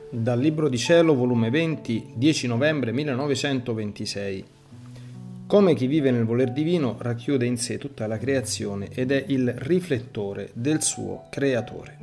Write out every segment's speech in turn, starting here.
Dal Libro di Cielo, volume 20, 10 novembre 1926. Come chi vive nel voler divino racchiude in sé tutta la creazione ed è il riflettore del suo creatore.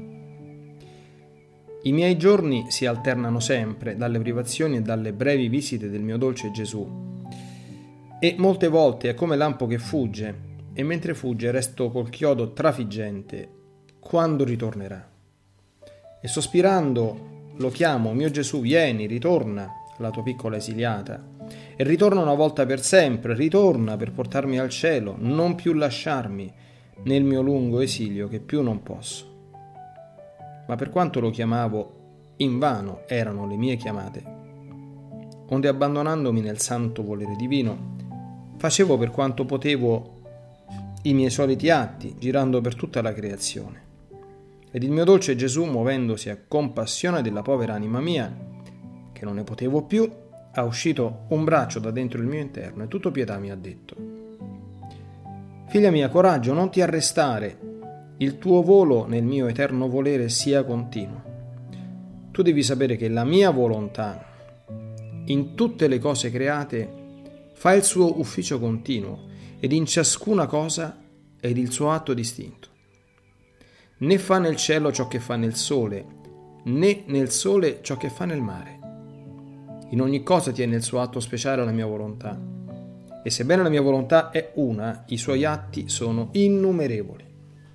I miei giorni si alternano sempre dalle privazioni e dalle brevi visite del mio dolce Gesù, e molte volte è come lampo che fugge, e mentre fugge resto col chiodo trafiggente. Quando ritornerà? E sospirando lo chiamo: mio Gesù, vieni, ritorna alla tua piccola esiliata, e ritorna una volta per sempre, ritorna per portarmi al cielo, non più lasciarmi nel mio lungo esilio che più non posso. Ma per quanto lo chiamavo, invano erano le mie chiamate, onde abbandonandomi nel santo volere divino, facevo per quanto potevo i miei soliti atti, girando per tutta la creazione. Ed il mio dolce Gesù, muovendosi a compassione della povera anima mia, che non ne potevo più, ha uscito un braccio da dentro il mio interno e tutto pietà mi ha detto: figlia mia, coraggio, non ti arrestare, il tuo volo nel mio eterno volere sia continuo. Tu devi sapere che la mia volontà in tutte le cose create fa il suo ufficio continuo ed in ciascuna cosa è il suo atto distinto. Né fa nel cielo ciò che fa nel sole, né nel sole ciò che fa nel mare. In ogni cosa tiene il suo atto speciale la mia volontà, e sebbene la mia volontà è una, i suoi atti sono innumerevoli.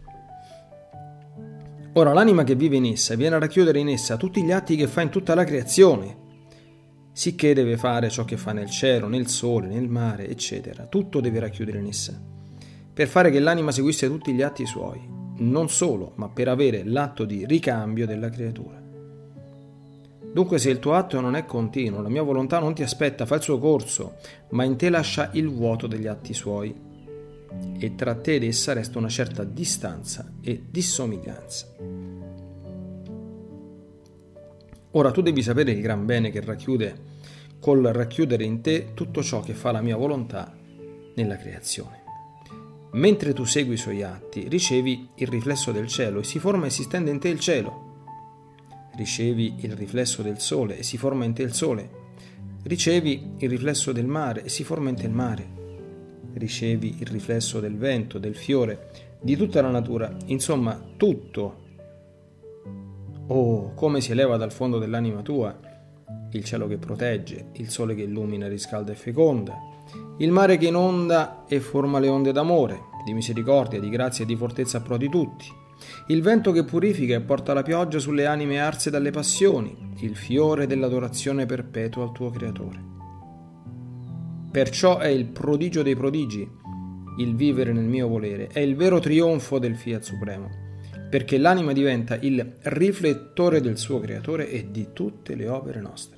Ora l'anima che vive in essa viene a racchiudere in essa tutti gli atti che fa in tutta la creazione, sicché deve fare ciò che fa nel cielo, nel sole, nel mare, eccetera. Tutto deve racchiudere in essa, per fare che l'anima seguisse tutti gli atti suoi, non solo, ma per avere l'atto di ricambio della creatura. Dunque, se il tuo atto non è continuo, la mia volontà non ti aspetta, fa il suo corso, ma in te lascia il vuoto degli atti suoi, e tra te ed essa resta una certa distanza e dissomiglianza. Ora tu devi sapere il gran bene che racchiude col racchiudere in te tutto ciò che fa la mia volontà nella creazione. Mentre tu segui i suoi atti, ricevi il riflesso del cielo e si forma e si stende in te il cielo. Ricevi il riflesso del sole e si forma in te il sole. Ricevi il riflesso del mare e si forma in te il mare. Ricevi il riflesso del vento, del fiore, di tutta la natura, insomma tutto. Oh, come si eleva dal fondo dell'anima tua il cielo che protegge, il sole che illumina, riscalda e feconda, il mare che inonda e forma le onde d'amore, di misericordia, di grazia e di fortezza pro di tutti, il vento che purifica e porta la pioggia sulle anime arse dalle passioni, il fiore dell'adorazione perpetua al tuo creatore. Perciò è il prodigio dei prodigi, il vivere nel mio volere, è il vero trionfo del Fiat Supremo, perché l'anima diventa il riflettore del suo creatore e di tutte le opere nostre.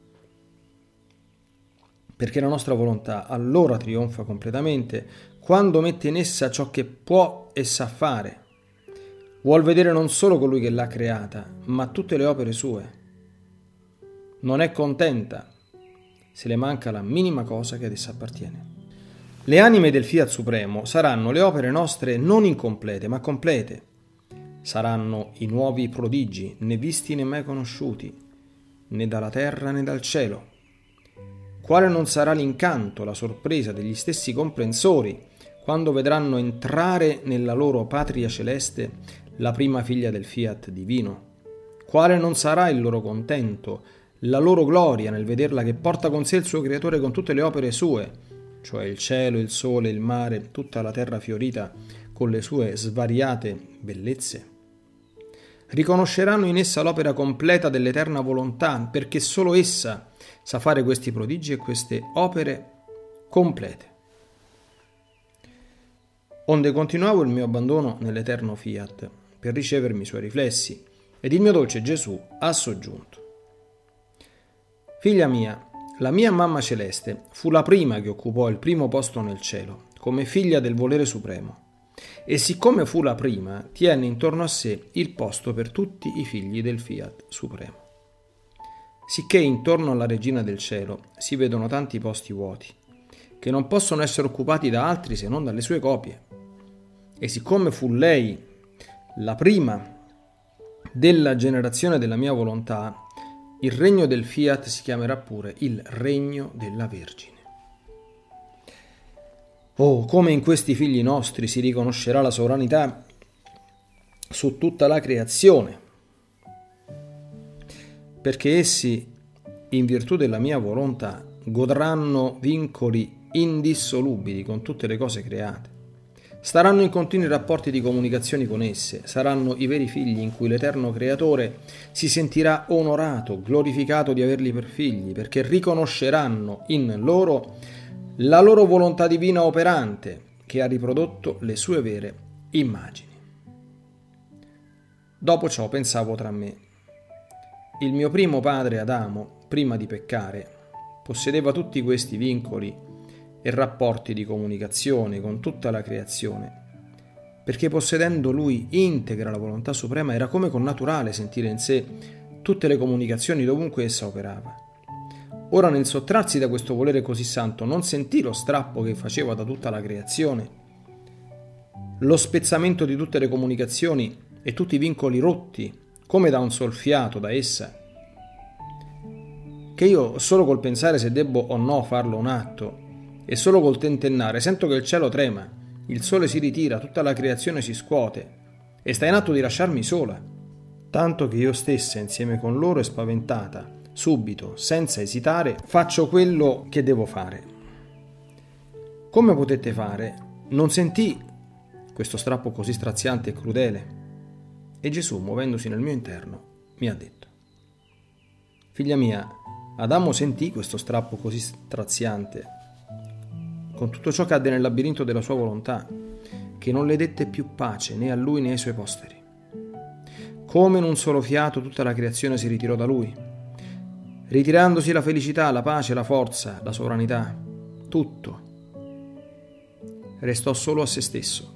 Perché la nostra volontà allora trionfa completamente quando mette in essa ciò che può e sa fare. Vuol vedere non solo colui che l'ha creata, ma tutte le opere sue. Non è contenta se le manca la minima cosa che ad essa appartiene. Le anime del Fiat Supremo saranno le opere nostre non incomplete, ma complete. Saranno i nuovi prodigi, né visti né mai conosciuti, né dalla terra né dal cielo. Quale non sarà l'incanto, la sorpresa degli stessi comprensori quando vedranno entrare nella loro patria celeste la prima figlia del Fiat divino? Quale non sarà il loro contento, la loro gloria nel vederla che porta con sé il suo creatore con tutte le opere sue, cioè il cielo, il sole, il mare, tutta la terra fiorita con le sue svariate bellezze? Riconosceranno in essa l'opera completa dell'eterna volontà, perché solo essa sa fare questi prodigi e queste opere complete. Onde continuavo il mio abbandono nell'eterno Fiat per ricevermi i suoi riflessi, ed il mio dolce Gesù ha soggiunto: figlia mia, la mia mamma celeste fu la prima che occupò il primo posto nel cielo, come figlia del volere supremo, e siccome fu la prima, tienne intorno a sé il posto per tutti i figli del Fiat Supremo. Sicché intorno alla regina del cielo si vedono tanti posti vuoti, che non possono essere occupati da altri se non dalle sue copie. E siccome fu lei la prima della generazione della mia volontà, il regno del Fiat si chiamerà pure il regno della Vergine. Oh, come in questi figli nostri si riconoscerà la sovranità su tutta la creazione, perché essi, in virtù della mia volontà, godranno vincoli indissolubili con tutte le cose create. Staranno in continui rapporti di comunicazione con esse, saranno i veri figli in cui l'Eterno Creatore si sentirà onorato, glorificato di averli per figli, perché riconosceranno in loro la loro volontà divina operante, che ha riprodotto le sue vere immagini. Dopo ciò pensavo tra me: il mio primo padre Adamo, prima di peccare, possedeva tutti questi vincoli e rapporti di comunicazione con tutta la creazione, perché possedendo lui integra la volontà suprema era come connaturale sentire in sé tutte le comunicazioni dovunque essa operava. Ora, nel sottrarsi da questo volere così santo, non sentì lo strappo che faceva da tutta la creazione, lo spezzamento di tutte le comunicazioni e tutti i vincoli rotti come da un sol fiato da essa, che io solo col pensare se debbo o no farlo un atto e solo col tentennare sento che il cielo trema, il sole si ritira, tutta la creazione si scuote e sta in atto di lasciarmi sola, tanto che io stessa insieme con loro e spaventata, subito, senza esitare, faccio quello che devo fare. Come potete fare? Non sentì questo strappo così straziante e crudele? E Gesù, muovendosi nel mio interno, mi ha detto: figlia mia, Adamo sentì questo strappo così straziante con tutto ciò cadde nel labirinto della sua volontà, che non le dette più pace né a lui né ai suoi posteri. Come in un solo fiato tutta la creazione si ritirò da lui, ritirandosi la felicità, la pace, la forza, la sovranità, tutto. Restò solo a se stesso.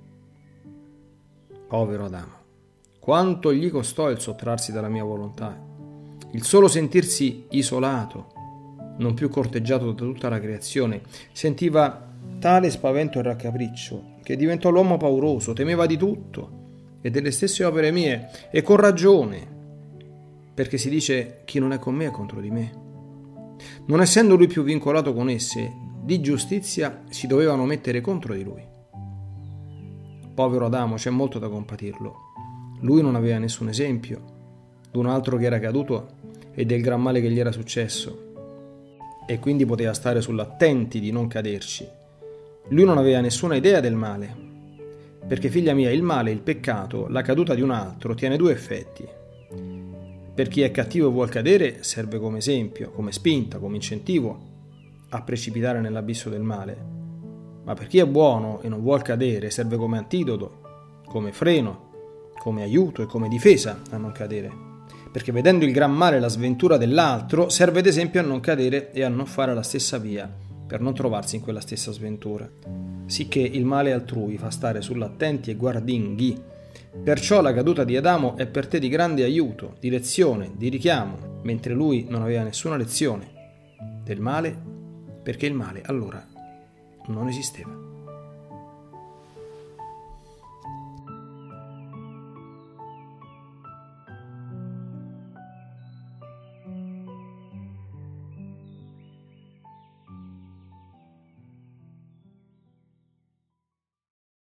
Povero Adamo, quanto gli costò il sottrarsi dalla mia volontà, il solo sentirsi isolato, non più corteggiato da tutta la creazione. Sentiva tale spavento e raccapriccio che diventò l'uomo pauroso, temeva di tutto e delle stesse opere mie, e con ragione, perché si dice: chi non è con me è contro di me. Non essendo lui più vincolato con esse, di giustizia si dovevano mettere contro di lui. Povero Adamo, c'è molto da compatirlo. Lui non aveva nessun esempio d'un altro che era caduto e del gran male che gli era successo, e quindi poteva stare sull'attenti di non caderci. Lui non aveva nessuna idea del male, perché, figlia mia, il male, il peccato, la caduta di un altro tiene due effetti. Per chi è cattivo e vuol cadere serve come esempio, come spinta, come incentivo a precipitare nell'abisso del male, ma per chi è buono e non vuol cadere serve come antidoto, come freno, come aiuto e come difesa a non cadere, perché vedendo il gran male e la sventura dell'altro serve ad esempio a non cadere e a non fare la stessa via per non trovarsi in quella stessa sventura, sicché il male altrui fa stare sull'attenti e guardinghi. Perciò la caduta di Adamo è per te di grande aiuto, di lezione, di richiamo, mentre lui non aveva nessuna lezione del male, perché il male allora non esisteva.